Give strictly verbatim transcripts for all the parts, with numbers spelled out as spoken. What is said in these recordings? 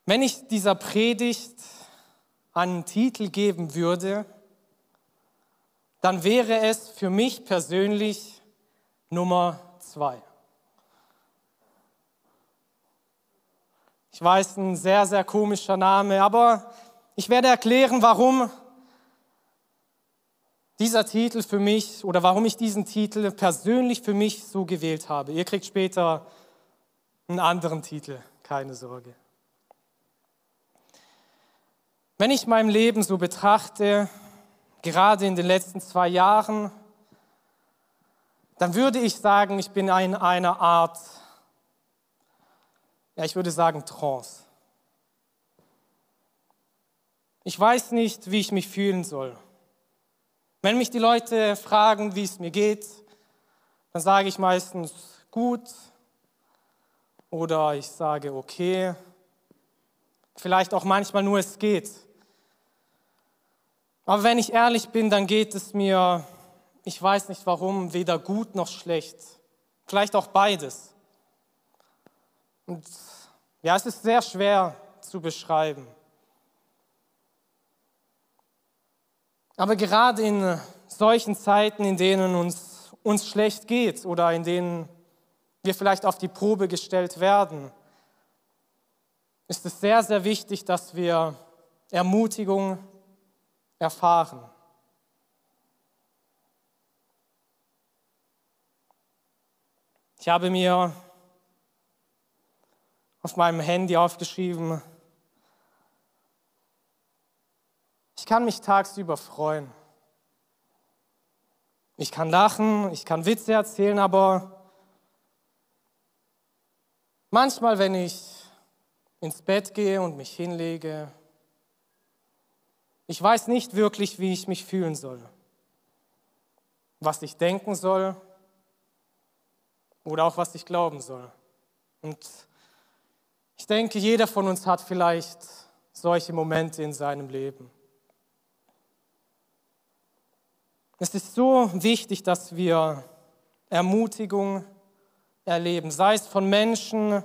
Wenn ich dieser Predigt einen Titel geben würde, dann wäre es für mich persönlich Nummer zwei. Ich weiß, ein sehr, sehr komischer Name, aber ich werde erklären, warum dieser Titel für mich oder warum ich diesen Titel persönlich für mich so gewählt habe. Ihr kriegt später einen anderen Titel, keine Sorge. Wenn ich mein Leben so betrachte, gerade in den letzten zwei Jahren, dann würde ich sagen, ich bin in einer Art, ja, ich würde sagen Trance. Ich weiß nicht, wie ich mich fühlen soll. Wenn mich die Leute fragen, wie es mir geht, dann sage ich meistens gut oder ich sage okay, vielleicht auch manchmal nur es geht. Aber wenn ich ehrlich bin, dann geht es mir, ich weiß nicht warum, weder gut noch schlecht. Vielleicht auch beides. Und ja, es ist sehr schwer zu beschreiben. Aber gerade in solchen Zeiten, in denen uns, uns schlecht geht oder in denen wir vielleicht auf die Probe gestellt werden, ist es sehr, sehr wichtig, dass wir Ermutigung erfahren. Ich habe mir auf meinem Handy aufgeschrieben, ich kann mich tagsüber freuen. Ich kann lachen, ich kann Witze erzählen, aber manchmal, wenn ich ins Bett gehe und mich hinlege, ich weiß nicht wirklich, wie ich mich fühlen soll, was ich denken soll oder auch was ich glauben soll. Und ich denke, jeder von uns hat vielleicht solche Momente in seinem Leben. Es ist so wichtig, dass wir Ermutigung erleben, sei es von Menschen,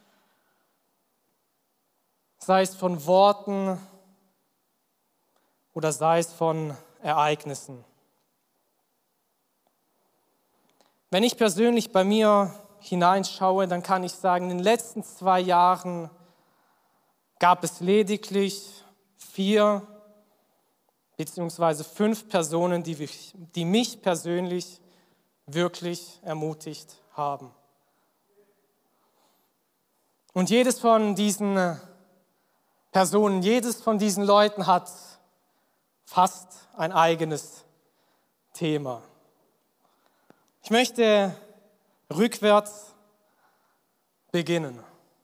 sei es von Worten oder sei es von Ereignissen. Wenn ich persönlich bei mir hineinschaue, dann kann ich sagen, in den letzten zwei Jahren gab es lediglich vier beziehungsweise fünf Personen, die, die mich persönlich wirklich ermutigt haben. Und jedes von diesen Personen, jedes von diesen Leuten hat fast ein eigenes Thema. Ich möchte rückwärts beginnen.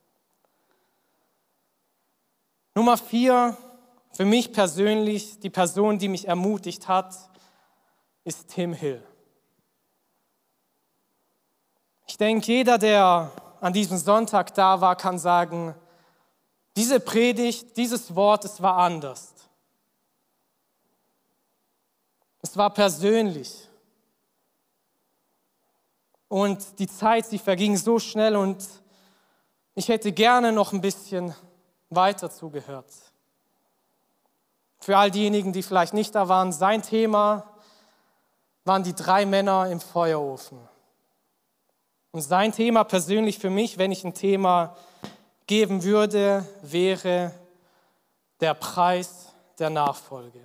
Nummer vier, für mich persönlich, die Person, die mich ermutigt hat, ist Tim Hill. Ich denke, jeder, der an diesem Sonntag da war, kann sagen, diese Predigt, dieses Wort, es war anders. Es war persönlich. Und die Zeit, sie verging so schnell und ich hätte gerne noch ein bisschen weiter zugehört. Für all diejenigen, die vielleicht nicht da waren, sein Thema waren die drei Männer im Feuerofen. Und sein Thema persönlich für mich, wenn ich ein Thema geben würde, wäre der Preis der Nachfolge.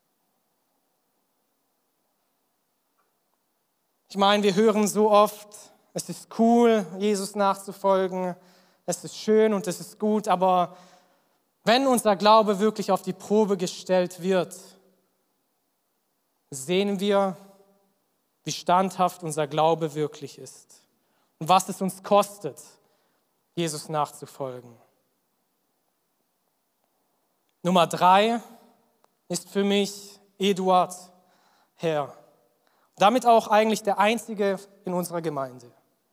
Ich meine, wir hören so oft, es ist cool, Jesus nachzufolgen, es ist schön und es ist gut, aber wenn unser Glaube wirklich auf die Probe gestellt wird, sehen wir, wie standhaft unser Glaube wirklich ist und was es uns kostet, Jesus nachzufolgen. Nummer drei ist für mich Eduard Herr. Damit auch eigentlich der einzige in unserer Gemeinde.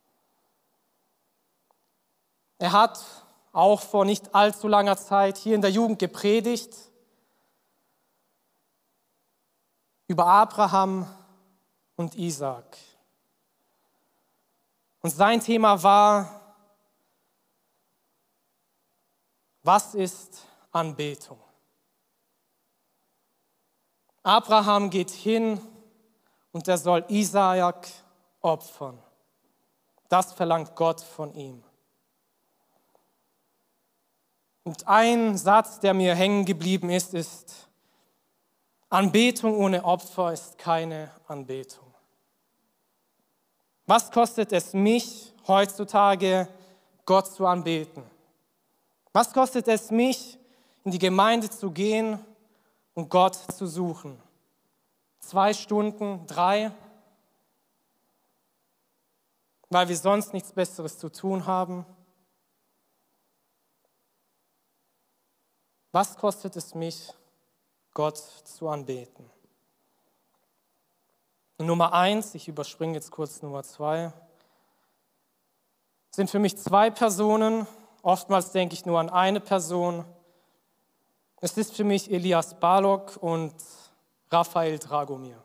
Er hat auch vor nicht allzu langer Zeit hier in der Jugend gepredigt über Abraham und Isaak. Und sein Thema war, Was ist Anbetung? Abraham geht hin und er soll Isaak opfern. Das verlangt Gott von ihm. Und ein Satz, der mir hängen geblieben ist, ist: Anbetung ohne Opfer ist keine Anbetung. Was kostet es mich heutzutage, Gott zu anbeten? Was kostet es mich, in die Gemeinde zu gehen und Gott zu suchen? Zwei Stunden, drei, weil wir sonst nichts Besseres zu tun haben? Was kostet es mich, Gott zu anbeten? Und Nummer eins, ich überspringe jetzt kurz Nummer zwei, sind für mich zwei Personen. Oftmals denke ich nur an eine Person. Es ist für mich Elias Balog und Raphael Dragomir.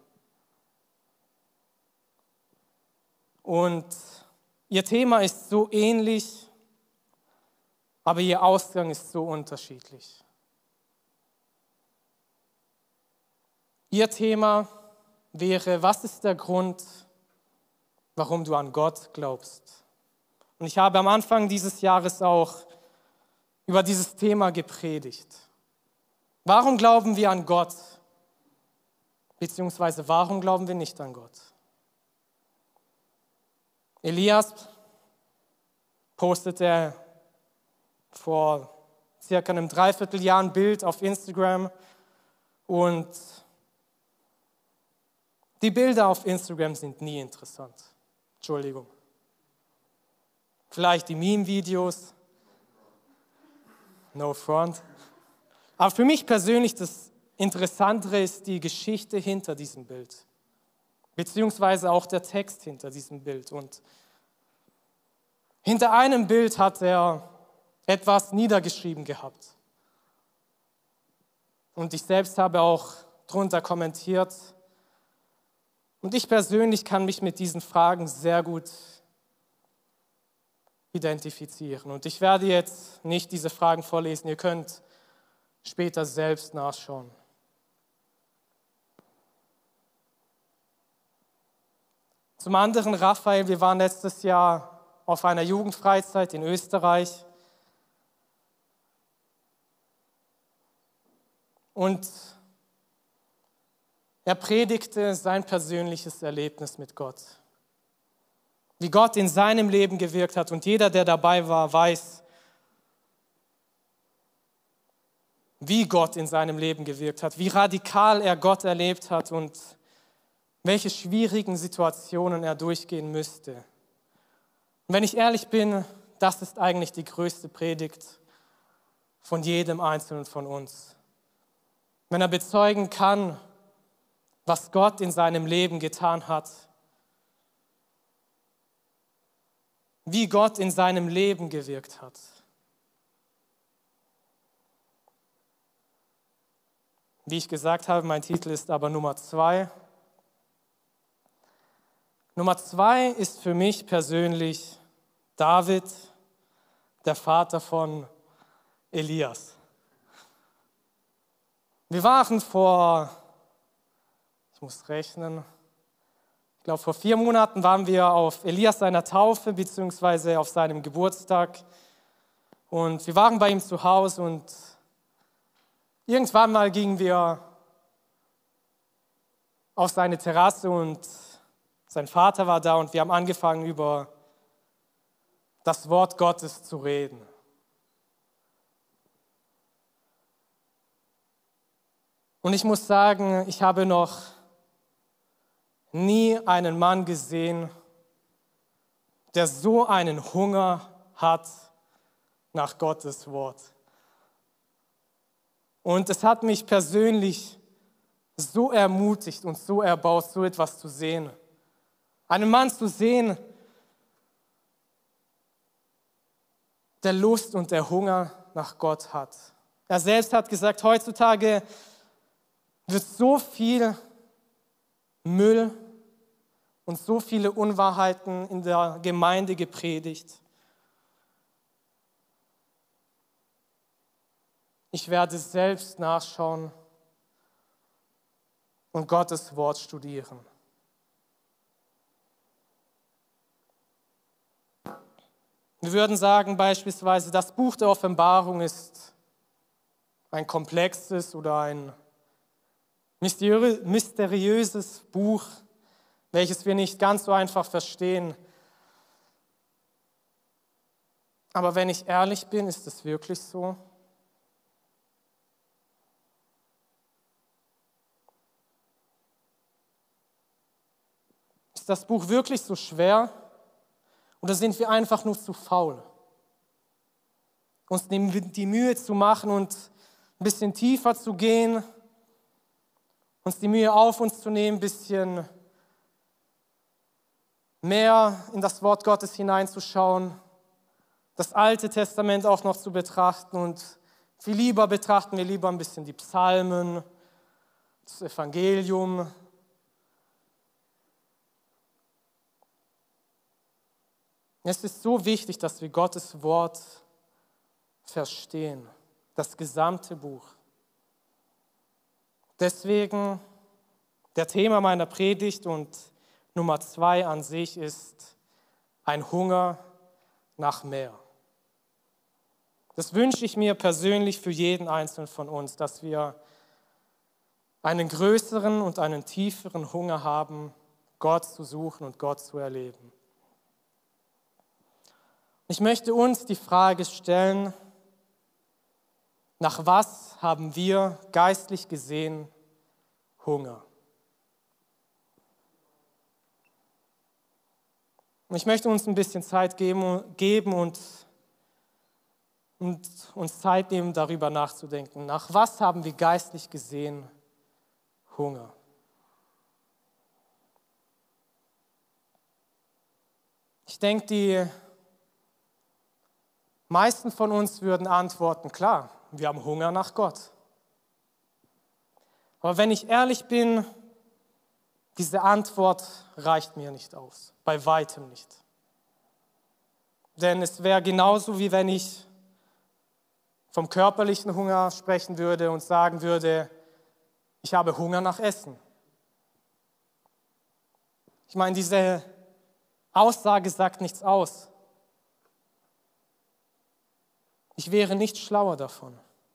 Und ihr Thema ist so ähnlich, aber ihr Ausgang ist so unterschiedlich. Ihr Thema wäre: Was ist der Grund, warum du an Gott glaubst? Und ich habe am Anfang dieses Jahres auch über dieses Thema gepredigt. Warum glauben wir an Gott? Beziehungsweise warum glauben wir nicht an Gott? Elias postete vor circa einem Dreivierteljahr ein Bild auf Instagram und die Bilder auf Instagram sind nie interessant. Entschuldigung. Vielleicht die Meme-Videos. No front. Aber für mich persönlich das Interessantere ist die Geschichte hinter diesem Bild. Beziehungsweise auch der Text hinter diesem Bild. Und hinter einem Bild hat er etwas niedergeschrieben gehabt. Und ich selbst habe auch drunter kommentiert. Und ich persönlich kann mich mit diesen Fragen sehr gut identifizieren. Und ich werde jetzt nicht diese Fragen vorlesen, ihr könnt später selbst nachschauen. Zum anderen Raphael, wir waren letztes Jahr auf einer Jugendfreizeit in Österreich. Und er predigte sein persönliches Erlebnis mit Gott. Wie Gott in seinem Leben gewirkt hat. Und jeder, der dabei war, weiß, wie Gott in seinem Leben gewirkt hat. Wie radikal er Gott erlebt hat und welche schwierigen Situationen er durchgehen müsste. Und wenn ich ehrlich bin, das ist eigentlich die größte Predigt von jedem Einzelnen von uns. Wenn er bezeugen kann, was Gott in seinem Leben getan hat, wie Gott in seinem Leben gewirkt hat. Wie ich gesagt habe, mein Titel ist aber Nummer zwei. Nummer zwei ist für mich persönlich David, der Vater von Elias. Wir waren vor, ich muss rechnen, ich glaube vor vier Monaten waren wir auf Elias seiner Taufe beziehungsweise auf seinem Geburtstag und wir waren bei ihm zu Hause und irgendwann mal gingen wir auf seine Terrasse und sein Vater war da und wir haben angefangen, über das Wort Gottes zu reden. Und ich muss sagen, ich habe noch nie einen Mann gesehen, der so einen Hunger hat nach Gottes Wort. Und es hat mich persönlich so ermutigt und so erbaut, so etwas zu sehen. Einen Mann zu sehen, der Lust und der Hunger nach Gott hat. Er selbst hat gesagt, heutzutage wird so viel Müll und so viele Unwahrheiten in der Gemeinde gepredigt. Ich werde selbst nachschauen und Gottes Wort studieren. Wir würden sagen beispielsweise, das Buch der Offenbarung ist ein komplexes oder ein mysteriöses Buch, welches wir nicht ganz so einfach verstehen. Aber wenn ich ehrlich bin, ist es wirklich so? Ist das Buch wirklich so schwer? Oder sind wir einfach nur zu faul, uns die Mühe zu machen und ein bisschen tiefer zu gehen, uns die Mühe auf uns zu nehmen, ein bisschen mehr in das Wort Gottes hineinzuschauen, das Alte Testament auch noch zu betrachten und viel lieber betrachten wir lieber ein bisschen die Psalmen, das Evangelium. Es ist so wichtig, dass wir Gottes Wort verstehen, das gesamte Buch. Deswegen der Thema meiner Predigt und Nummer zwei an sich ist ein Hunger nach mehr. Das wünsche ich mir persönlich für jeden Einzelnen von uns, dass wir einen größeren und einen tieferen Hunger haben, Gott zu suchen und Gott zu erleben. Ich möchte uns die Frage stellen, nach was haben wir geistlich gesehen Hunger? Und ich möchte uns ein bisschen Zeit geben, geben und, und uns Zeit nehmen, darüber nachzudenken. Nach was haben wir geistlich gesehen Hunger? Ich denke, die meisten von uns würden antworten, klar, wir haben Hunger nach Gott. Aber wenn ich ehrlich bin, diese Antwort reicht mir nicht aus, bei weitem nicht. Denn es wäre genauso, wie wenn ich vom körperlichen Hunger sprechen würde und sagen würde, ich habe Hunger nach Essen. Ich meine, diese Aussage sagt nichts aus. Ich wäre nicht schlauer davon.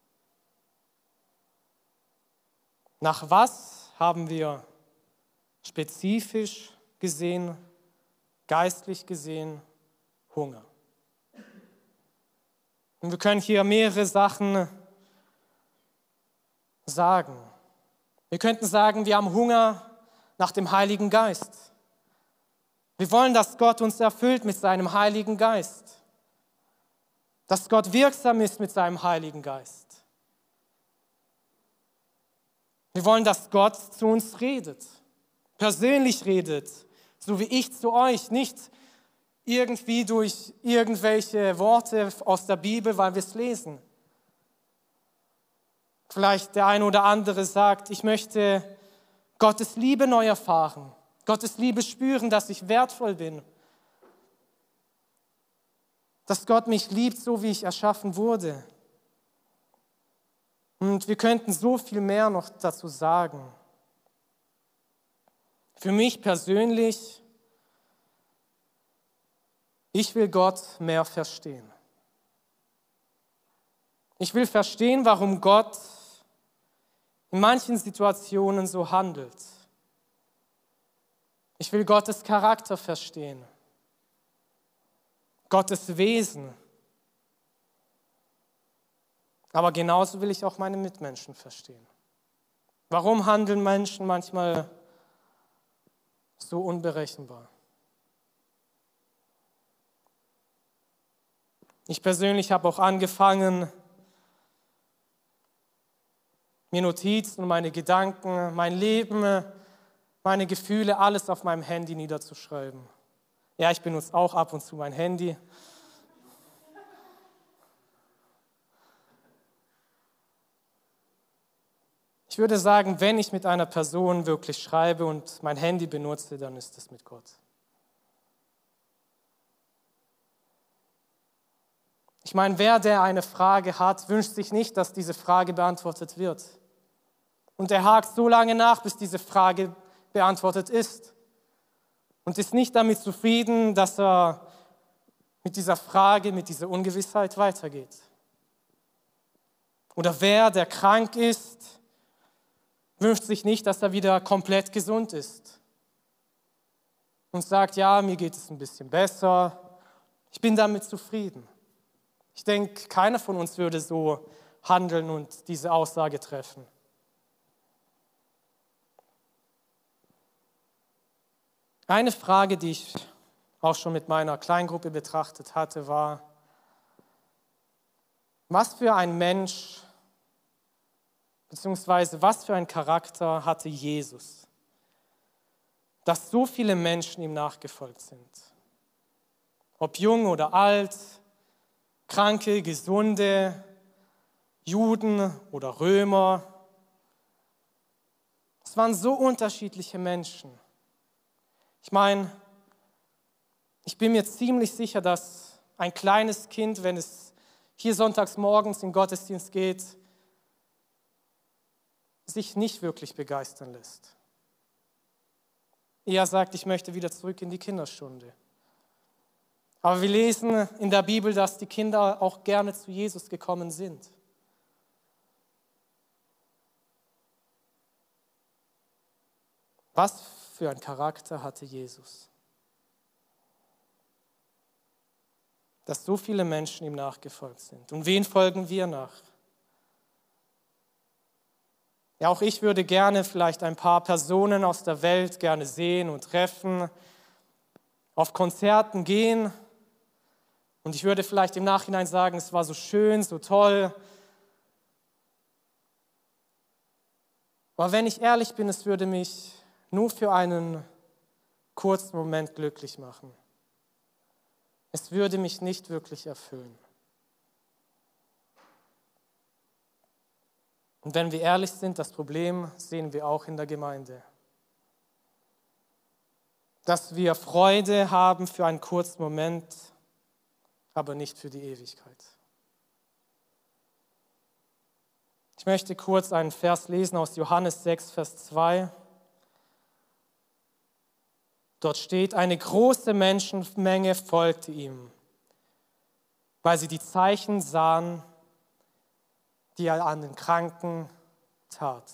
Nach was haben wir spezifisch gesehen, geistlich gesehen, Hunger? Und wir können hier mehrere Sachen sagen. Wir könnten sagen, wir haben Hunger nach dem Heiligen Geist. Wir wollen, dass Gott uns erfüllt mit seinem Heiligen Geist. Dass Gott wirksam ist mit seinem Heiligen Geist. Wir wollen, dass Gott zu uns redet, persönlich redet, so wie ich zu euch, nicht irgendwie durch irgendwelche Worte aus der Bibel, weil wir es lesen. Vielleicht der eine oder andere sagt, ich möchte Gottes Liebe neu erfahren, Gottes Liebe spüren, dass ich wertvoll bin, dass Gott mich liebt, so wie ich erschaffen wurde. Und wir könnten so viel mehr noch dazu sagen. Für mich persönlich, ich will Gott mehr verstehen. Ich will verstehen, warum Gott in manchen Situationen so handelt. Ich will Gottes Charakter verstehen. Gottes Wesen. Aber genauso will ich auch meine Mitmenschen verstehen. Warum handeln Menschen manchmal so unberechenbar? Ich persönlich habe auch angefangen, mir Notizen und meine Gedanken, mein Leben, meine Gefühle, alles auf meinem Handy niederzuschreiben. Ja, ich benutze auch ab und zu mein Handy. Ich würde sagen, wenn ich mit einer Person wirklich schreibe und mein Handy benutze, dann ist es mit Gott. Ich meine, wer, der eine Frage hat, wünscht sich nicht, dass diese Frage beantwortet wird. Und er hakt so lange nach, bis diese Frage beantwortet ist. Und ist nicht damit zufrieden, dass er mit dieser Frage, mit dieser Ungewissheit weitergeht. Oder wer, der krank ist, wünscht sich nicht, dass er wieder komplett gesund ist. Und sagt, ja, mir geht es ein bisschen besser, ich bin damit zufrieden. Ich denke, keiner von uns würde so handeln und diese Aussage treffen. Eine Frage, die ich auch schon mit meiner Kleingruppe betrachtet hatte, war, was für ein Mensch beziehungsweise was für ein Charakter hatte Jesus, dass so viele Menschen ihm nachgefolgt sind. Ob jung oder alt, Kranke, Gesunde, Juden oder Römer. Es waren so unterschiedliche Menschen. Ich meine, ich bin mir ziemlich sicher, dass ein kleines Kind, wenn es hier sonntags morgens in den Gottesdienst geht, sich nicht wirklich begeistern lässt. Eher sagt, ich möchte wieder zurück in die Kinderstunde. Aber wir lesen in der Bibel, dass die Kinder auch gerne zu Jesus gekommen sind. Was für ein Charakter hatte Jesus? Dass so viele Menschen ihm nachgefolgt sind. Und wen folgen wir nach? Ja, auch ich würde gerne vielleicht ein paar Personen aus der Welt gerne sehen und treffen, auf Konzerten gehen. Und ich würde vielleicht im Nachhinein sagen, es war so schön, so toll. Aber wenn ich ehrlich bin, es würde mich nur für einen kurzen Moment glücklich machen. Es würde mich nicht wirklich erfüllen. Und wenn wir ehrlich sind, das Problem sehen wir auch in der Gemeinde. Dass wir Freude haben für einen kurzen Moment, aber nicht für die Ewigkeit. Ich möchte kurz einen Vers lesen aus Johannes sechs, Vers zwei. Dort steht, eine große Menschenmenge folgte ihm, weil sie die Zeichen sahen, die er an den Kranken tat.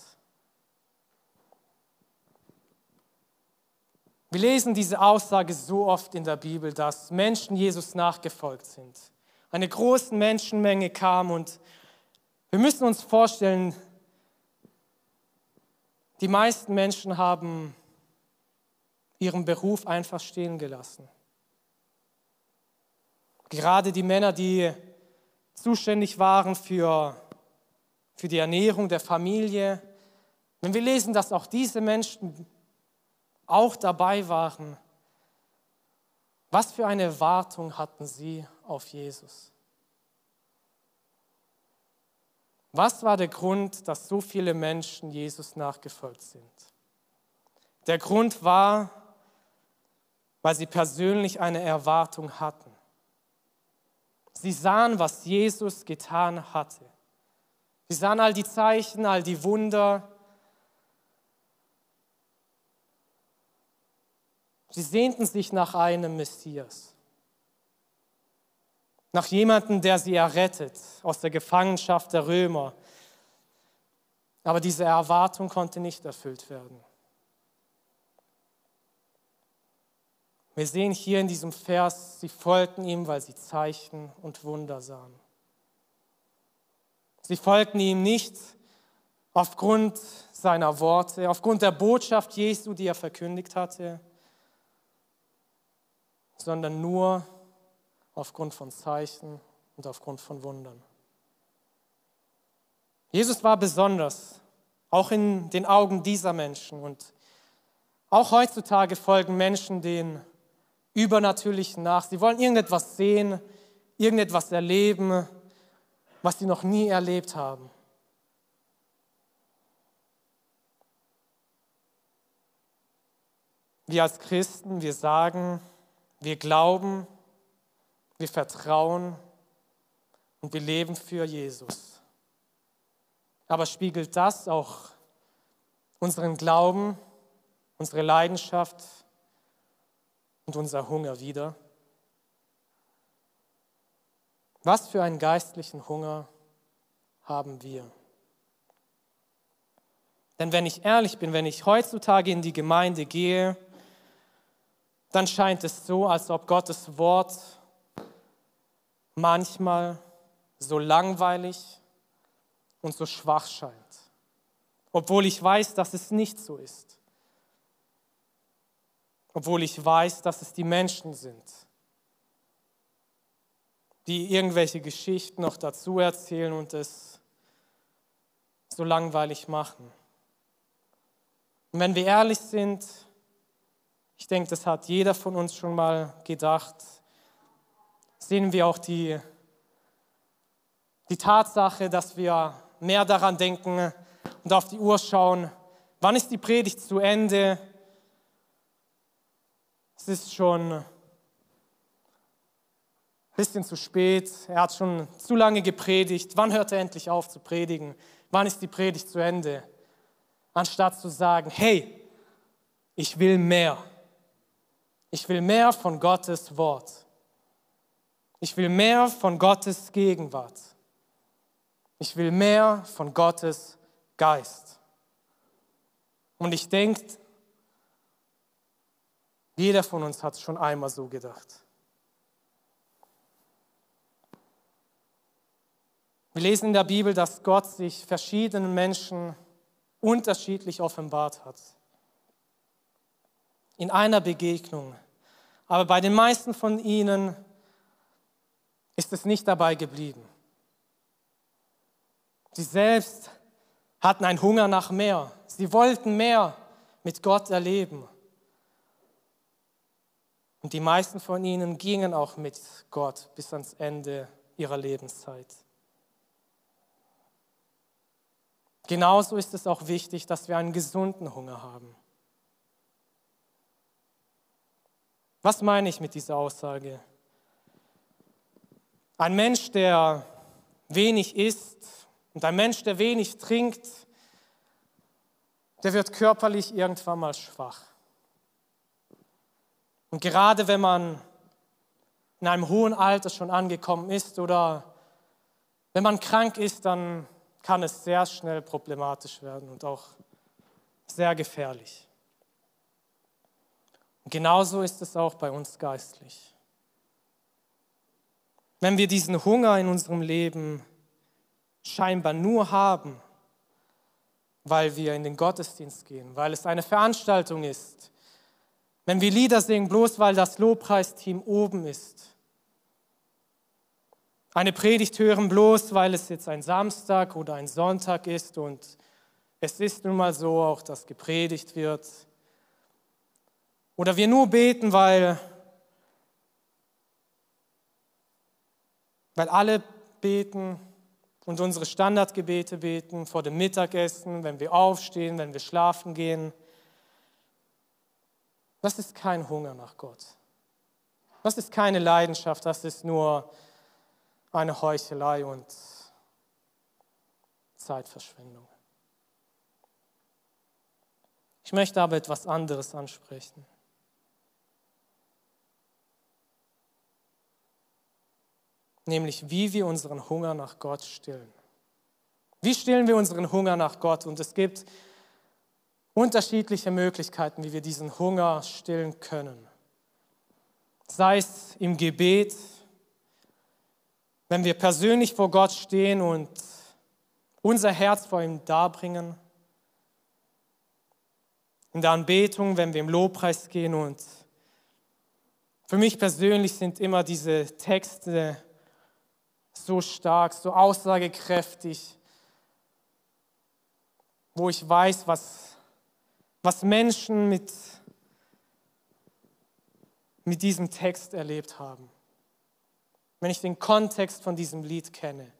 Wir lesen diese Aussage so oft in der Bibel, dass Menschen Jesus nachgefolgt sind. Eine große Menschenmenge kam und wir müssen uns vorstellen, die meisten Menschen haben ihren Beruf einfach stehen gelassen. Gerade die Männer, die zuständig waren für, für die Ernährung der Familie. Wenn wir lesen, dass auch diese Menschen auch dabei waren, was für eine Erwartung hatten sie auf Jesus? Was war der Grund, dass so viele Menschen Jesus nachgefolgt sind? Der Grund war, weil sie persönlich eine Erwartung hatten. Sie sahen, was Jesus getan hatte. Sie sahen all die Zeichen, all die Wunder. Sie sehnten sich nach einem Messias. Nach jemandem, der sie errettet aus der Gefangenschaft der Römer. Aber diese Erwartung konnte nicht erfüllt werden. Wir sehen hier in diesem Vers, sie folgten ihm, weil sie Zeichen und Wunder sahen. Sie folgten ihm nicht aufgrund seiner Worte, aufgrund der Botschaft Jesu, die er verkündigt hatte, sondern nur aufgrund von Zeichen und aufgrund von Wundern. Jesus war besonders, auch in den Augen dieser Menschen. Und auch heutzutage folgen Menschen den Übernatürlichen nach. Sie wollen irgendetwas sehen, irgendetwas erleben, was sie noch nie erlebt haben. Wir als Christen, wir sagen, wir glauben, wir vertrauen, und wir leben für Jesus. Aber spiegelt das auch unseren Glauben, unsere Leidenschaft und unser Hunger wider? Was für einen geistlichen Hunger haben wir? Denn wenn ich ehrlich bin, wenn ich heutzutage in die Gemeinde gehe, dann scheint es so, als ob Gottes Wort manchmal so langweilig und so schwach scheint, obwohl ich weiß, dass es nicht so ist, obwohl ich weiß, dass es die Menschen sind, die irgendwelche Geschichten noch dazu erzählen und es so langweilig machen. Und wenn wir ehrlich sind, ich denke, das hat jeder von uns schon mal gedacht, sehen wir auch die, die Tatsache, dass wir mehr daran denken und auf die Uhr schauen, wann ist die Predigt zu Ende? Es ist schon ein bisschen zu spät, er hat schon zu lange gepredigt, wann hört er endlich auf zu predigen? Wann ist die Predigt zu Ende? Anstatt zu sagen, hey, ich will mehr. Ich will mehr von Gottes Wort. Ich will mehr von Gottes Gegenwart. Ich will mehr von Gottes Geist. Und ich denke, jeder von uns hat es schon einmal so gedacht. Wir lesen in der Bibel, dass Gott sich verschiedenen Menschen unterschiedlich offenbart hat. In einer Begegnung. Aber bei den meisten von ihnen ist es nicht dabei geblieben. Sie selbst hatten einen Hunger nach mehr. Sie wollten mehr mit Gott erleben. Und die meisten von ihnen gingen auch mit Gott bis ans Ende ihrer Lebenszeit. Genauso ist es auch wichtig, dass wir einen gesunden Hunger haben. Was meine ich mit dieser Aussage? Ein Mensch, der wenig isst und ein Mensch, der wenig trinkt, der wird körperlich irgendwann mal schwach. Und gerade wenn man in einem hohen Alter schon angekommen ist oder wenn man krank ist, dann kann es sehr schnell problematisch werden und auch sehr gefährlich. Und genauso ist es auch bei uns geistlich. Wenn wir diesen Hunger in unserem Leben scheinbar nur haben, weil wir in den Gottesdienst gehen, weil es eine Veranstaltung ist, wenn wir Lieder singen, bloß weil das Lobpreisteam oben ist, eine Predigt hören, bloß weil es jetzt ein Samstag oder ein Sonntag ist und es ist nun mal so auch, dass gepredigt wird. Oder wir nur beten, weil, weil alle beten und unsere Standardgebete beten vor dem Mittagessen, wenn wir aufstehen, wenn wir schlafen gehen. Das ist kein Hunger nach Gott. Das ist keine Leidenschaft, das ist nur eine Heuchelei und Zeitverschwendung. Ich möchte aber etwas anderes ansprechen. Nämlich, wie wir unseren Hunger nach Gott stillen. Wie stillen wir unseren Hunger nach Gott? Und es gibt unterschiedliche Möglichkeiten, wie wir diesen Hunger stillen können. Sei es im Gebet, wenn wir persönlich vor Gott stehen und unser Herz vor ihm darbringen. In der Anbetung, wenn wir im Lobpreis gehen. Und für mich persönlich sind immer diese Texte so stark, so aussagekräftig, wo ich weiß, was, was Menschen mit, mit diesem Text erlebt haben. Wenn ich den Kontext von diesem Lied kenne.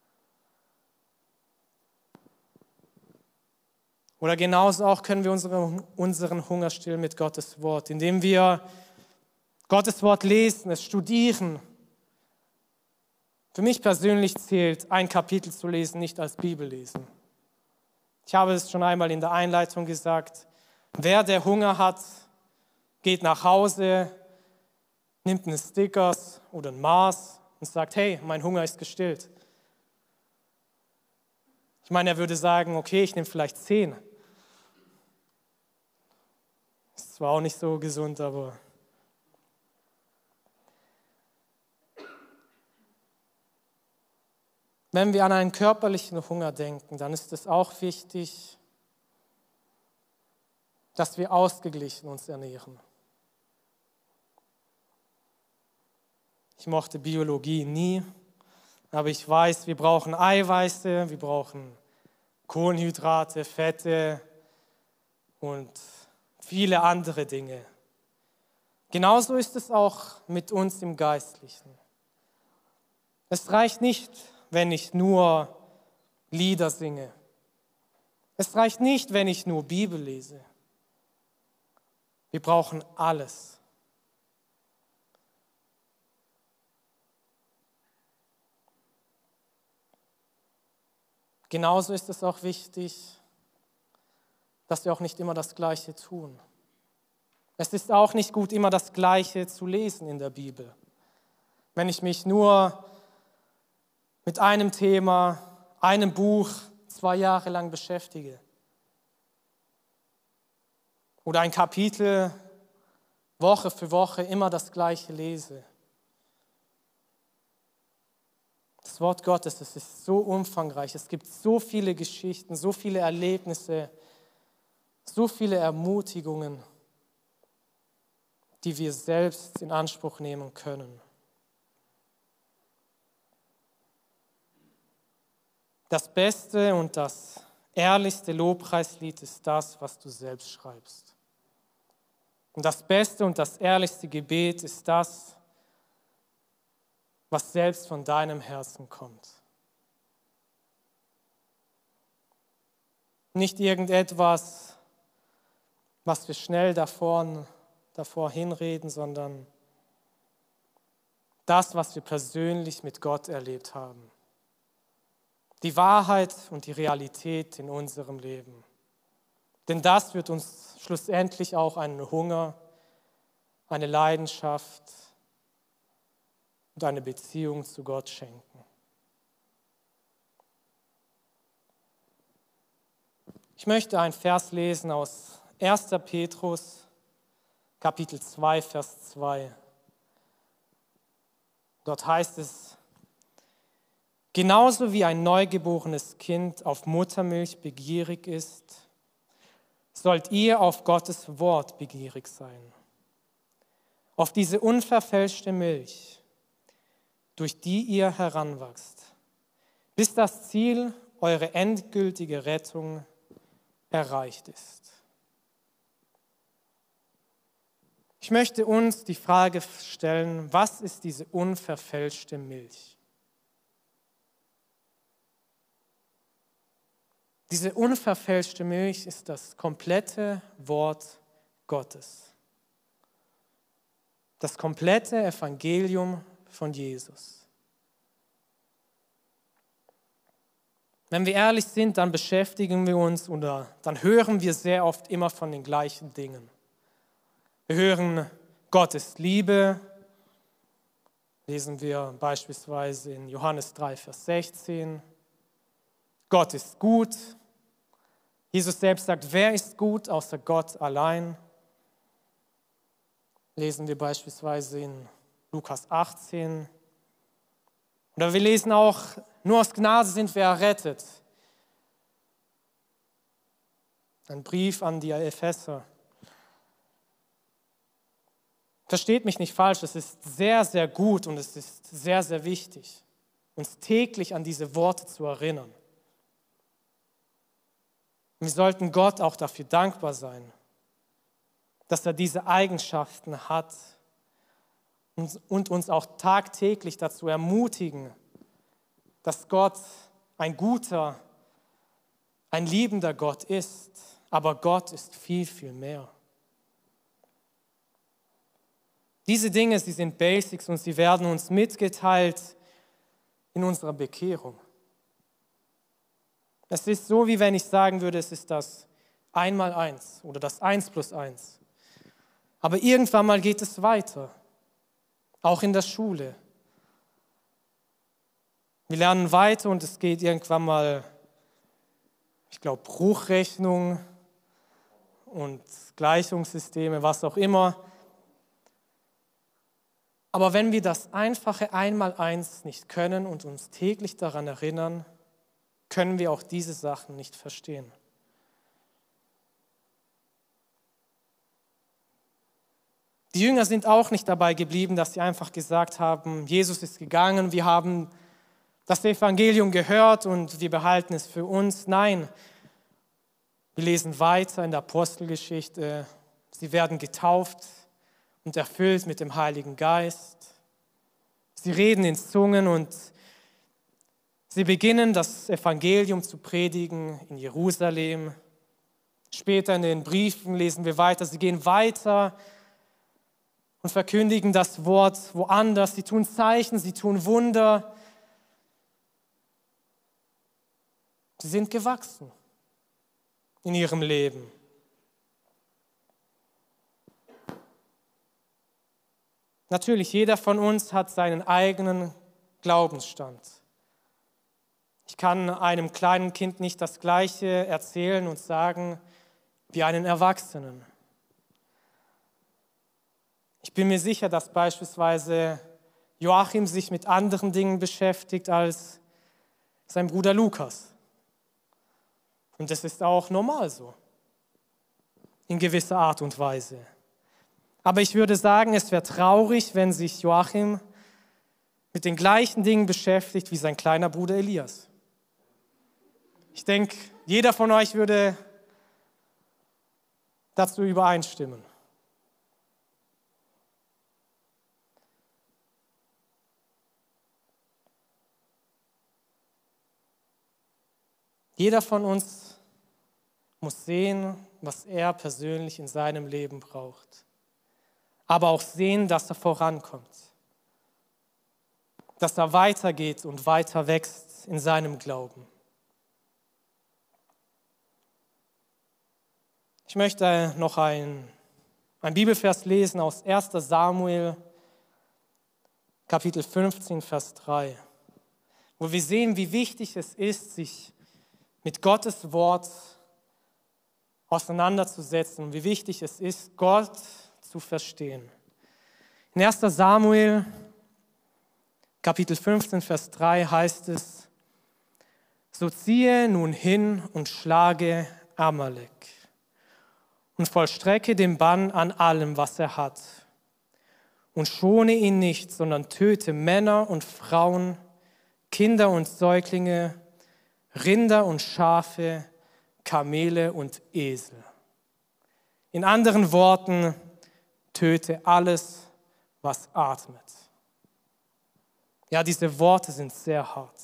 Oder genauso auch können wir unsere, unseren Hunger stillen mit Gottes Wort, indem wir Gottes Wort lesen, es studieren, Für mich persönlich zählt ein Kapitel zu lesen nicht als Bibellesen. Ich habe es schon einmal in der Einleitung gesagt, wer der Hunger hat, geht nach Hause, nimmt einen Stickers oder ein Maß und sagt, hey, mein Hunger ist gestillt. Ich meine, er würde sagen, okay, ich nehme vielleicht zehn. Ist zwar auch nicht so gesund, aber wenn wir an einen körperlichen Hunger denken, dann ist es auch wichtig, dass wir ausgeglichen uns ernähren. Ich mochte Biologie nie, aber ich weiß, wir brauchen Eiweiße, wir brauchen Kohlenhydrate, Fette und viele andere Dinge. Genauso ist es auch mit uns im Geistlichen. Es reicht nicht, wenn ich nur Lieder singe. Es reicht nicht, wenn ich nur Bibel lese. Wir brauchen alles. Genauso ist es auch wichtig, dass wir auch nicht immer das Gleiche tun. Es ist auch nicht gut, immer das Gleiche zu lesen in der Bibel. Wenn ich mich nur mit einem Thema, einem Buch zwei Jahre lang beschäftige oder ein Kapitel Woche für Woche immer das Gleiche lese. Das Wort Gottes, es ist so umfangreich, es gibt so viele Geschichten, so viele Erlebnisse, so viele Ermutigungen, die wir selbst in Anspruch nehmen können. Das beste und das ehrlichste Lobpreislied ist das, was du selbst schreibst. Und das beste und das ehrlichste Gebet ist das, was selbst von deinem Herzen kommt. Nicht irgendetwas, was wir schnell davor, davor hinreden, sondern das, was wir persönlich mit Gott erlebt haben. Die Wahrheit und die Realität in unserem Leben. Denn das wird uns schlussendlich auch einen Hunger, eine Leidenschaft und eine Beziehung zu Gott schenken. Ich möchte einen Vers lesen aus erster Petrus, Kapitel zwei, Vers zwei. Dort heißt es: Genauso wie ein neugeborenes Kind auf Muttermilch begierig ist, sollt ihr auf Gottes Wort begierig sein. Auf diese unverfälschte Milch, durch die ihr heranwachst, bis das Ziel, eure endgültige Rettung, erreicht ist. Ich möchte uns die Frage stellen, was ist diese unverfälschte Milch? Diese unverfälschte Milch ist das komplette Wort Gottes. Das komplette Evangelium von Jesus. Wenn wir ehrlich sind, dann beschäftigen wir uns oder dann hören wir sehr oft immer von den gleichen Dingen. Wir hören, Gott ist Liebe, lesen wir beispielsweise in Johannes drei, Vers sechzehn. Gott ist gut. Jesus selbst sagt, wer ist gut außer Gott allein? Lesen wir beispielsweise in Lukas achtzehn. Oder wir lesen auch, nur aus Gnade sind wir errettet. Ein Brief an die Epheser. Versteht mich nicht falsch, es ist sehr, sehr gut und es ist sehr, sehr wichtig, uns täglich an diese Worte zu erinnern. Wir sollten Gott auch dafür dankbar sein, dass er diese Eigenschaften hat und uns auch tagtäglich dazu ermutigen, dass Gott ein guter, ein liebender Gott ist, aber Gott ist viel, viel mehr. Diese Dinge, sie sind Basics und sie werden uns mitgeteilt in unserer Bekehrung. Es ist so, wie wenn ich sagen würde, es ist das Einmal eins oder das Eins plus eins. Aber irgendwann mal geht es weiter, auch in der Schule. Wir lernen weiter und es geht irgendwann mal, ich glaube, Bruchrechnung und Gleichungssysteme, was auch immer. Aber wenn wir das einfache Einmaleins nicht können und uns täglich daran erinnern, können wir auch diese Sachen nicht verstehen. Die Jünger sind auch nicht dabei geblieben, dass sie einfach gesagt haben, Jesus ist gegangen, wir haben das Evangelium gehört und wir behalten es für uns. Nein, wir lesen weiter in der Apostelgeschichte. Sie werden getauft und erfüllt mit dem Heiligen Geist. Sie reden in Zungen und sie beginnen das Evangelium zu predigen in Jerusalem. Später in den Briefen lesen wir weiter. Sie gehen weiter und verkündigen das Wort woanders. Sie tun Zeichen, sie tun Wunder. Sie sind gewachsen in ihrem Leben. Natürlich, jeder von uns hat seinen eigenen Glaubensstand. Ich kann einem kleinen Kind nicht das Gleiche erzählen und sagen wie einen Erwachsenen. Ich bin mir sicher, dass beispielsweise Joachim sich mit anderen Dingen beschäftigt als sein Bruder Lukas. Und das ist auch normal so, in gewisser Art und Weise. Aber ich würde sagen, es wäre traurig, wenn sich Joachim mit den gleichen Dingen beschäftigt wie sein kleiner Bruder Elias. Ich denke, jeder von euch würde dazu übereinstimmen. Jeder von uns muss sehen, was er persönlich in seinem Leben braucht. Aber auch sehen, dass er vorankommt. Dass er weitergeht und weiter wächst in seinem Glauben. Ich möchte noch ein, ein Bibelvers lesen aus erster Samuel, Kapitel fünfzehn, Vers drei, wo wir sehen, wie wichtig es ist, sich mit Gottes Wort auseinanderzusetzen und wie wichtig es ist, Gott zu verstehen. In erster Samuel, Kapitel fünfzehn, Vers drei heißt es: So ziehe nun hin und schlage Amalek und vollstrecke den Bann an allem, was er hat, und schone ihn nicht, sondern töte Männer und Frauen, Kinder und Säuglinge, Rinder und Schafe, Kamele und Esel. In anderen Worten, töte alles, was atmet. Ja, diese Worte sind sehr hart.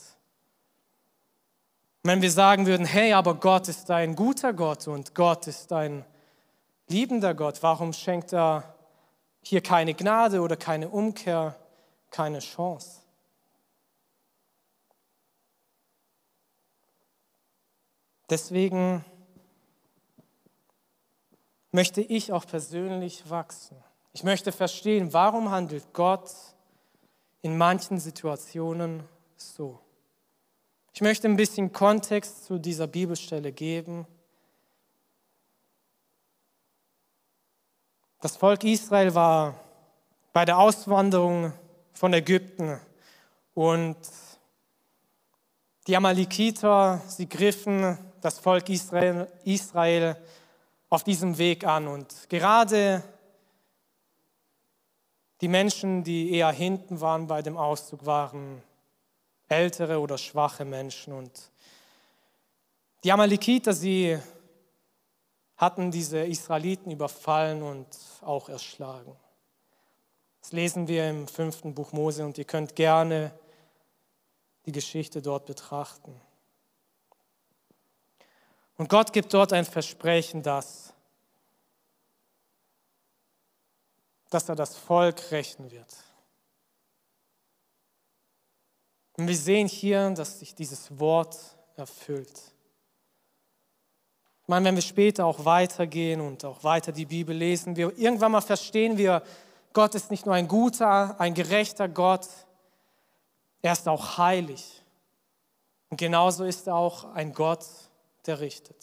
Wenn wir sagen würden, hey, aber Gott ist ein guter Gott und Gott ist ein liebender Gott, warum schenkt er hier keine Gnade oder keine Umkehr, keine Chance? Deswegen möchte ich auch persönlich wachsen. Ich möchte verstehen, warum handelt Gott in manchen Situationen so. Ich möchte ein bisschen Kontext zu dieser Bibelstelle geben. Das Volk Israel war bei der Auswanderung von Ägypten und die Amalekiter, sie griffen das Volk Israel, Israel auf diesem Weg an. Und gerade die Menschen, die eher hinten waren bei dem Auszug, waren ältere oder schwache Menschen. Und die Amalekiter, sie hatten diese Israeliten überfallen und auch erschlagen. Das lesen wir im fünften Buch Mose und ihr könnt gerne die Geschichte dort betrachten. Und Gott gibt dort ein Versprechen, dass, dass er das Volk rächen wird. Und wir sehen hier, dass sich dieses Wort erfüllt. Ich meine, wenn wir später auch weitergehen und auch weiter die Bibel lesen, wir irgendwann mal verstehen wir, Gott ist nicht nur ein guter, ein gerechter Gott, er ist auch heilig. Und genauso ist er auch ein Gott, der richtet.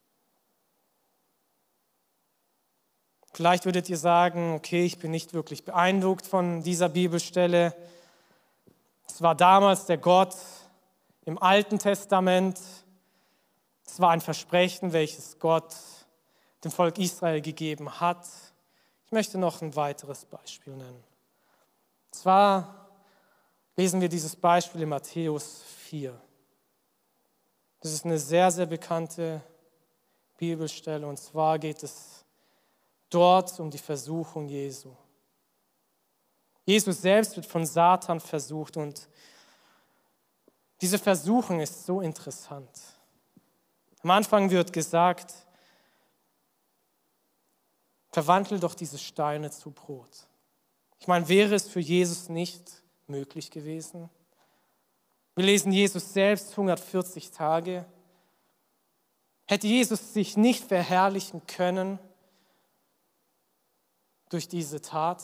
Vielleicht würdet ihr sagen, okay, ich bin nicht wirklich beeindruckt von dieser Bibelstelle. Es war damals der Gott im Alten Testament. Es war ein Versprechen, welches Gott dem Volk Israel gegeben hat. Ich möchte noch ein weiteres Beispiel nennen. Und zwar lesen wir dieses Beispiel in Matthäus vier. Das ist eine sehr, sehr bekannte Bibelstelle. Und zwar geht es dort um die Versuchung Jesu. Jesus selbst wird von Satan versucht und diese Versuchung ist so interessant. Am Anfang wird gesagt, verwandle doch diese Steine zu Brot. Ich meine, wäre es für Jesus nicht möglich gewesen? Wir lesen, Jesus selbst hungert vierzig Tage. Hätte Jesus sich nicht verherrlichen können durch diese Tat?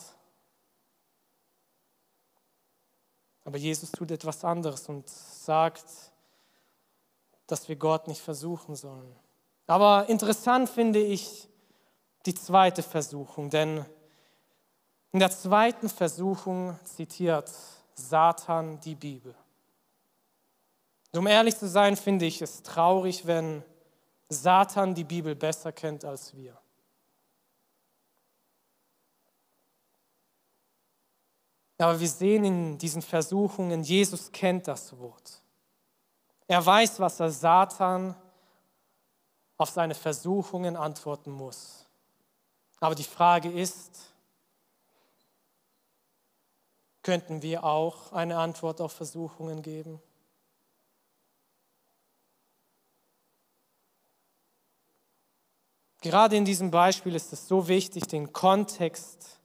Aber Jesus tut etwas anderes und sagt, dass wir Gott nicht versuchen sollen. Aber interessant finde ich die zweite Versuchung, denn in der zweiten Versuchung zitiert Satan die Bibel. Und um ehrlich zu sein, finde ich es traurig, wenn Satan die Bibel besser kennt als wir. Aber wir sehen in diesen Versuchungen, Jesus kennt das Wort. Er weiß, was er Satan auf seine Versuchungen antworten muss. Aber die Frage ist, könnten wir auch eine Antwort auf Versuchungen geben? Gerade in diesem Beispiel ist es so wichtig, den Kontext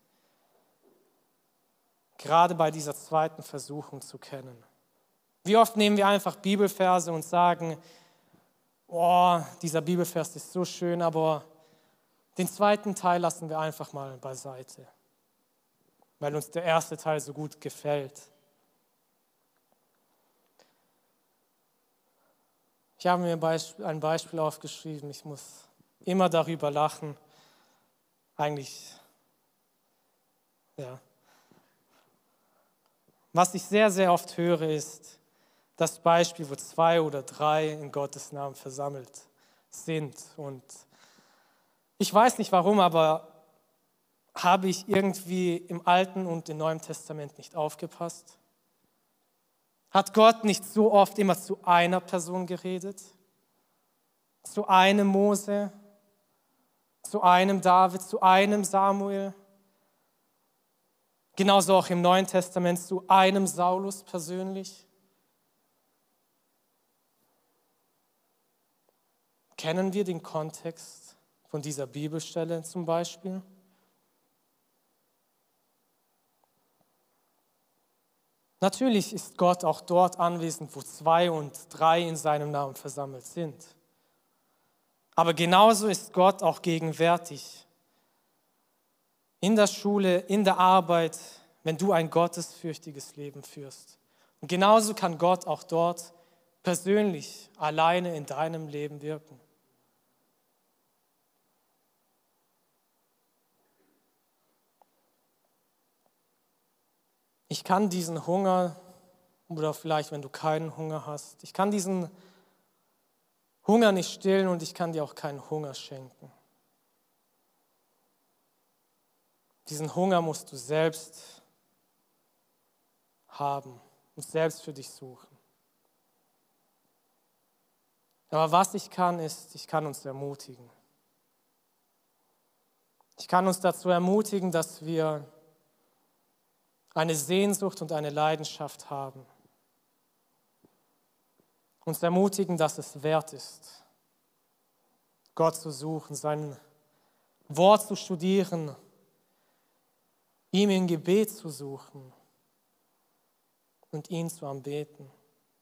gerade bei dieser zweiten Versuchung zu kennen. Wie oft nehmen wir einfach Bibelverse und sagen, oh, dieser Bibelvers ist so schön, aber den zweiten Teil lassen wir einfach mal beiseite, weil uns der erste Teil so gut gefällt. Ich habe mir ein Beispiel aufgeschrieben, ich muss immer darüber lachen. Eigentlich, ja. Was ich sehr, sehr oft höre, ist das Beispiel, wo zwei oder drei in Gottes Namen versammelt sind. Und ich weiß nicht warum, aber habe ich irgendwie im Alten und im Neuen Testament nicht aufgepasst? Hat Gott nicht so oft immer zu einer Person geredet? Zu einem Mose? Zu einem David? Zu einem Samuel? Genauso auch im Neuen Testament zu einem Saulus persönlich. Kennen wir den Kontext von dieser Bibelstelle zum Beispiel? Natürlich ist Gott auch dort anwesend, wo zwei und drei in seinem Namen versammelt sind. Aber genauso ist Gott auch gegenwärtig. In der Schule, in der Arbeit, wenn du ein gottesfürchtiges Leben führst. Und genauso kann Gott auch dort persönlich, alleine in deinem Leben wirken. Ich kann diesen Hunger, oder vielleicht, wenn du keinen Hunger hast, ich kann diesen Hunger nicht stillen und ich kann dir auch keinen Hunger schenken. Diesen Hunger musst du selbst haben und selbst für dich suchen. Aber was ich kann, ist, ich kann uns ermutigen. Ich kann uns dazu ermutigen, dass wir eine Sehnsucht und eine Leidenschaft haben. Uns ermutigen, dass es wert ist, Gott zu suchen, sein Wort zu studieren, ihm im Gebet zu suchen, und ihn zu anbeten.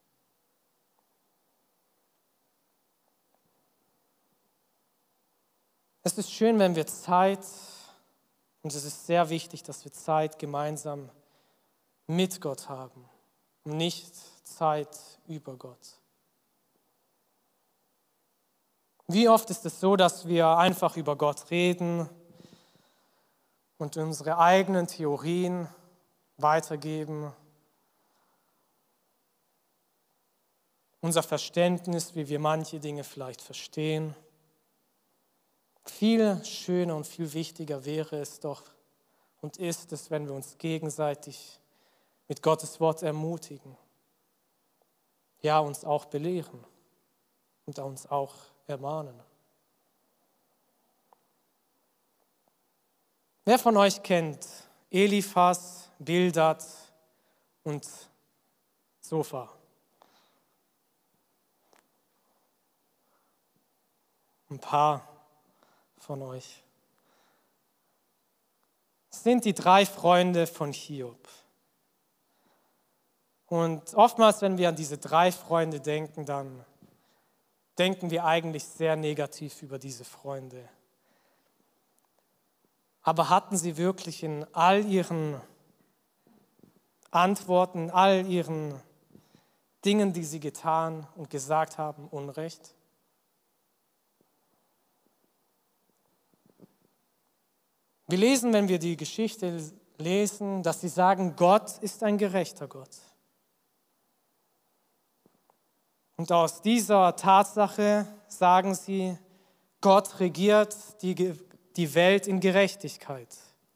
Es ist schön, wenn wir Zeit, und es ist sehr wichtig, dass wir Zeit gemeinsam mit Gott haben und nicht Zeit über Gott. Wie oft ist es so, dass wir einfach über Gott reden und unsere eigenen Theorien weitergeben, unser Verständnis, wie wir manche Dinge vielleicht verstehen. Viel schöner und viel wichtiger wäre es doch und ist es, wenn wir uns gegenseitig mit Gottes Wort ermutigen, ja, uns auch belehren und uns auch ermahnen. Wer von euch kennt Eliphas, Bildad und Zophar? Ein paar von euch. Es sind die drei Freunde von Hiob. Und oftmals, wenn wir an diese drei Freunde denken, dann denken wir eigentlich sehr negativ über diese Freunde. Aber hatten sie wirklich in all ihren Antworten, all ihren Dingen, die sie getan und gesagt haben, Unrecht? Wir lesen, wenn wir die Geschichte lesen, dass sie sagen, Gott ist ein gerechter Gott. Und aus dieser Tatsache sagen sie, Gott regiert die, die Welt in Gerechtigkeit.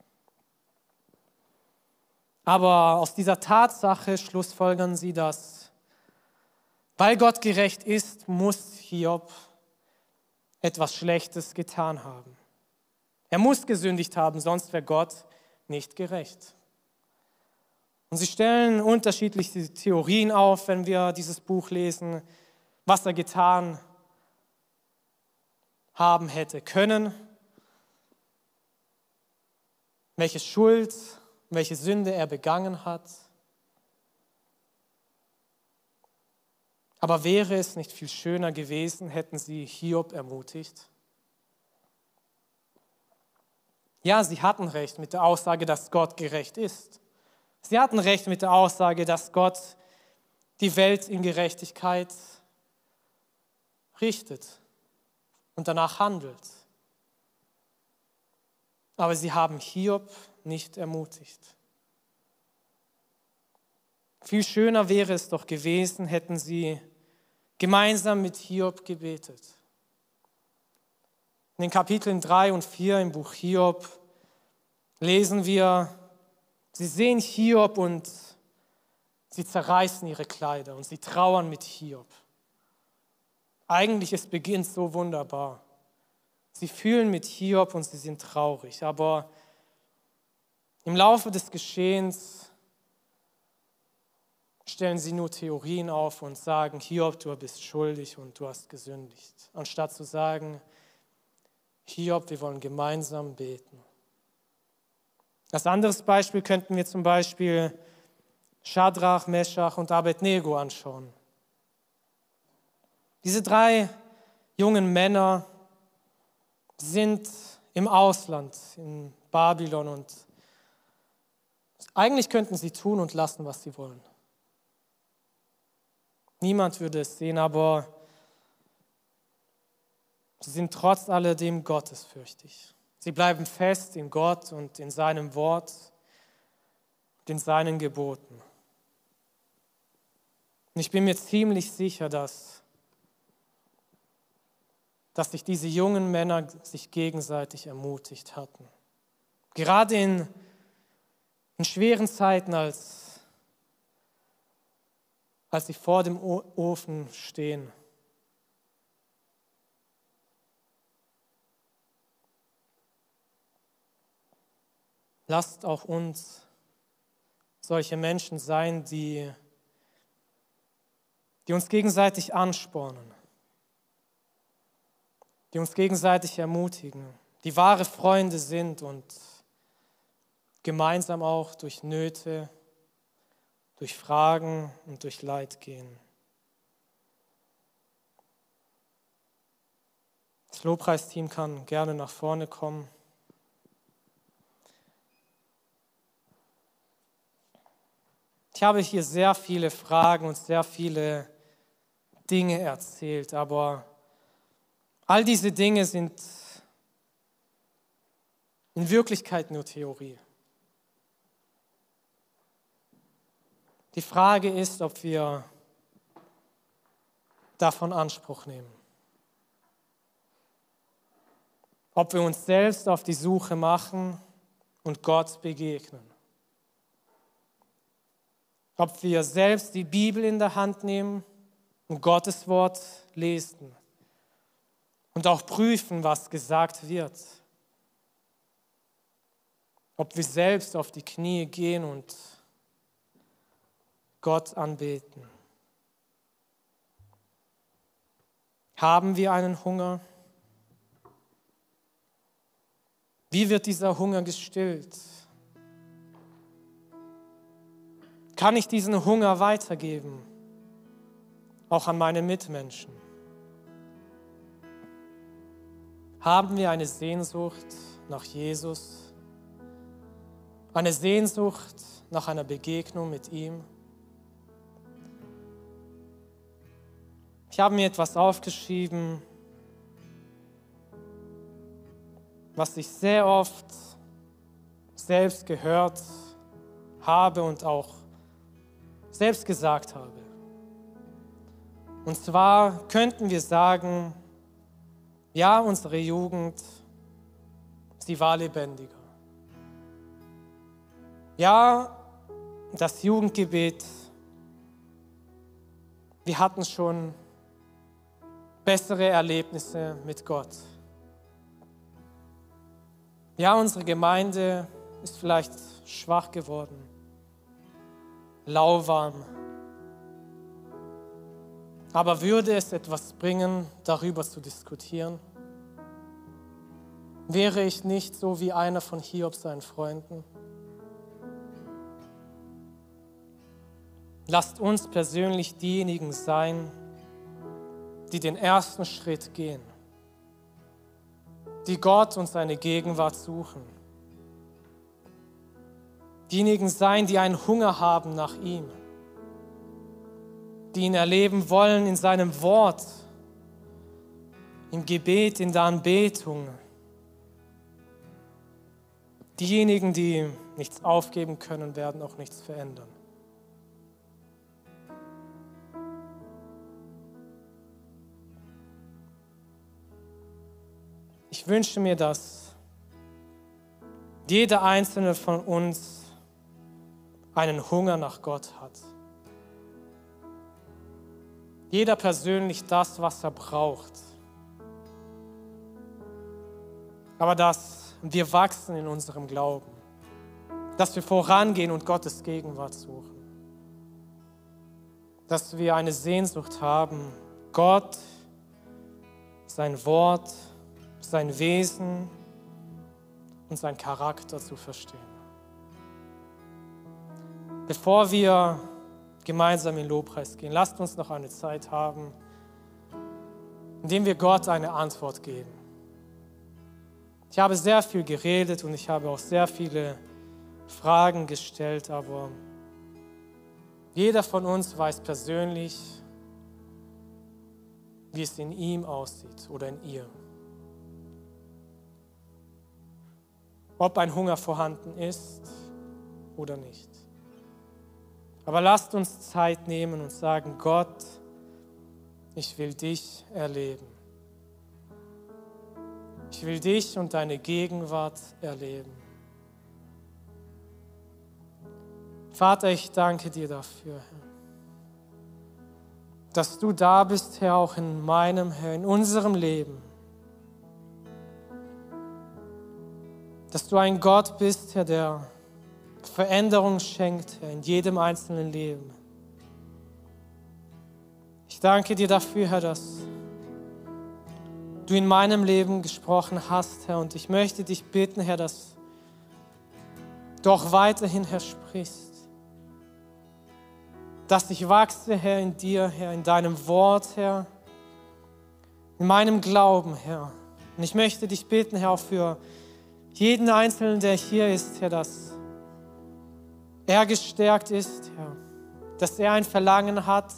Aber aus dieser Tatsache schlussfolgern sie, dass, weil Gott gerecht ist, muss Hiob etwas Schlechtes getan haben. Er muss gesündigt haben, sonst wäre Gott nicht gerecht. Und sie stellen unterschiedliche Theorien auf, wenn wir dieses Buch lesen, was er getan haben hätte können, welche Schuld, welche Sünde er begangen hat. Aber wäre es nicht viel schöner gewesen, hätten sie Hiob ermutigt? Ja, sie hatten recht mit der Aussage, dass Gott gerecht ist. Sie hatten recht mit der Aussage, dass Gott die Welt in Gerechtigkeit richtet und danach handelt. Aber sie haben Hiob nicht ermutigt. Viel schöner wäre es doch gewesen, hätten sie gemeinsam mit Hiob gebetet. In den Kapiteln drei und vier im Buch Hiob lesen wir, sie sehen Hiob und sie zerreißen ihre Kleider und sie trauern mit Hiob. Eigentlich, es beginnt so wunderbar. Sie fühlen mit Hiob und sie sind traurig, aber im Laufe des Geschehens stellen sie nur Theorien auf und sagen, Hiob, du bist schuldig und du hast gesündigt, anstatt zu sagen, Hiob, wir wollen gemeinsam beten. Als anderes Beispiel könnten wir zum Beispiel Schadrach, Meschach und Abednego anschauen. Diese drei jungen Männer sind im Ausland, in Babylon, und eigentlich könnten sie tun und lassen, was sie wollen. Niemand würde es sehen, aber sie sind trotz alledem gottesfürchtig. Sie bleiben fest in Gott und in seinem Wort und in seinen Geboten. Und ich bin mir ziemlich sicher, dass, dass sich diese jungen Männer sich gegenseitig ermutigt hatten. Gerade in, in schweren Zeiten, als, als sie vor dem Ofen stehen. Lasst auch uns solche Menschen sein, die, die uns gegenseitig anspornen, die uns gegenseitig ermutigen, die wahre Freunde sind und gemeinsam auch durch Nöte, durch Fragen und durch Leid gehen. Das Lobpreisteam kann gerne nach vorne kommen. Ich habe hier sehr viele Fragen und sehr viele Dinge erzählt, aber all diese Dinge sind in Wirklichkeit nur Theorie. Die Frage ist, ob wir davon Anspruch nehmen. Ob wir uns selbst auf die Suche machen und Gott begegnen. Ob wir selbst die Bibel in der Hand nehmen und Gottes Wort lesen und auch prüfen, was gesagt wird. Ob wir selbst auf die Knie gehen und Gott anbeten. Haben wir einen Hunger? Wie wird dieser Hunger gestillt? Kann ich diesen Hunger weitergeben, auch an meine Mitmenschen? Haben wir eine Sehnsucht nach Jesus? Eine Sehnsucht nach einer Begegnung mit ihm? Ich habe mir etwas aufgeschrieben, was ich sehr oft selbst gehört habe und auch selbst gesagt habe. Und zwar könnten wir sagen, ja, unsere Jugend, sie war lebendiger. Ja, das Jugendgebet, wir hatten schon bessere Erlebnisse mit Gott. Ja, unsere Gemeinde ist vielleicht schwach geworden, lauwarm. Aber würde es etwas bringen, darüber zu diskutieren? Wäre ich nicht so wie einer von Hiob seinen Freunden? Lasst uns persönlich diejenigen sein, die den ersten Schritt gehen, die Gott und seine Gegenwart suchen. Diejenigen sein, die einen Hunger haben nach ihm, die ihn erleben wollen in seinem Wort, im Gebet, in der Anbetung. Diejenigen, die nichts aufgeben können, werden auch nichts verändern. Ich wünsche mir, dass jeder einzelne von uns einen Hunger nach Gott hat. Jeder persönlich das, was er braucht. Aber dass wir wachsen in unserem Glauben. Dass wir vorangehen und Gottes Gegenwart suchen. Dass wir eine Sehnsucht haben, Gott, sein Wort, sein Wesen und sein Charakter zu verstehen. Bevor wir gemeinsam in Lobpreis gehen, lasst uns noch eine Zeit haben, in der wir Gott eine Antwort geben. Ich habe sehr viel geredet und ich habe auch sehr viele Fragen gestellt, aber jeder von uns weiß persönlich, wie es in ihm aussieht oder in ihr. Ob ein Hunger vorhanden ist oder nicht. Aber lasst uns Zeit nehmen und sagen, Gott, ich will dich erleben. Ich will dich und deine Gegenwart erleben. Vater, ich danke dir dafür, Herr, dass du da bist, Herr, auch in meinem, Herr, in unserem Leben. Dass du ein Gott bist, Herr, der Veränderung schenkt, Herr, in jedem einzelnen Leben. Ich danke dir dafür, Herr, dass du in meinem Leben gesprochen hast, Herr, und ich möchte dich bitten, Herr, dass du auch weiterhin, Herr, sprichst. dass ich wachse, Herr, in dir, Herr, in deinem Wort, Herr, in meinem Glauben, Herr. Und ich möchte dich bitten, Herr, auch für jeden Einzelnen, der hier ist, Herr, dass er gestärkt ist, Herr, dass er ein Verlangen hat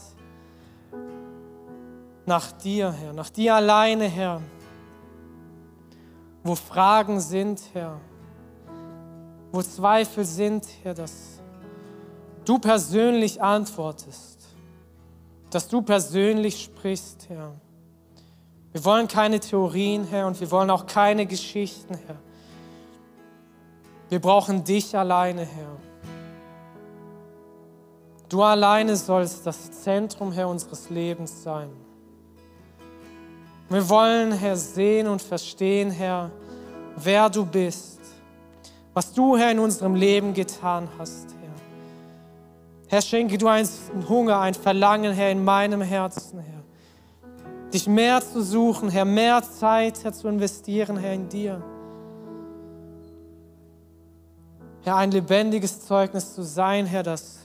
nach dir, Herr, nach dir alleine, Herr, wo Fragen sind, Herr, wo Zweifel sind, Herr, dass du persönlich antwortest, dass du persönlich sprichst, Herr. Wir wollen keine Theorien, Herr, und wir wollen auch keine Geschichten, Herr. Wir brauchen dich alleine, Herr. Du alleine sollst das Zentrum, Herr, unseres Lebens sein. Wir wollen, Herr, sehen und verstehen, Herr, wer du bist, was du, Herr, in unserem Leben getan hast, Herr. Herr, schenke du einen Hunger, ein Verlangen, Herr, in meinem Herzen, Herr. Dich mehr zu suchen, Herr, mehr Zeit, Herr, zu investieren, Herr, in dir. Herr, ein lebendiges Zeugnis zu sein, Herr, dass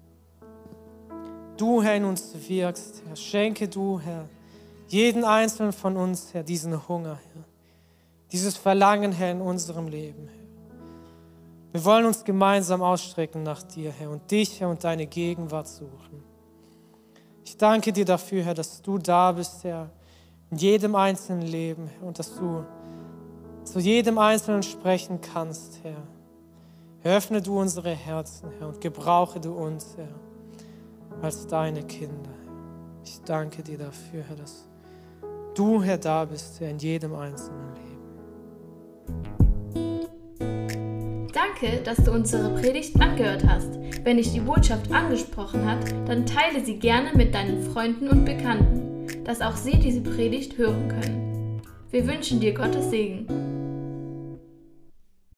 du, Herr, in uns wirkst, Herr. Schenke du, Herr, jeden Einzelnen von uns, Herr, diesen Hunger, Herr. Dieses Verlangen, Herr, in unserem Leben, Herr. Wir wollen uns gemeinsam ausstrecken nach dir, Herr, und dich, Herr, und deine Gegenwart suchen. Ich danke dir dafür, Herr, dass du da bist, Herr, in jedem einzelnen Leben, Herr, und dass du zu jedem Einzelnen sprechen kannst, Herr. Öffne du unsere Herzen, Herr, und gebrauche du uns, Herr, als deine Kinder. Ich danke dir dafür, Herr, dass du, Herr, da bist, Herr, in jedem einzelnen Leben. Danke, dass du unsere Predigt angehört hast. Wenn dich die Botschaft angesprochen hat, dann teile sie gerne mit deinen Freunden und Bekannten, dass auch sie diese Predigt hören können. Wir wünschen dir Gottes Segen.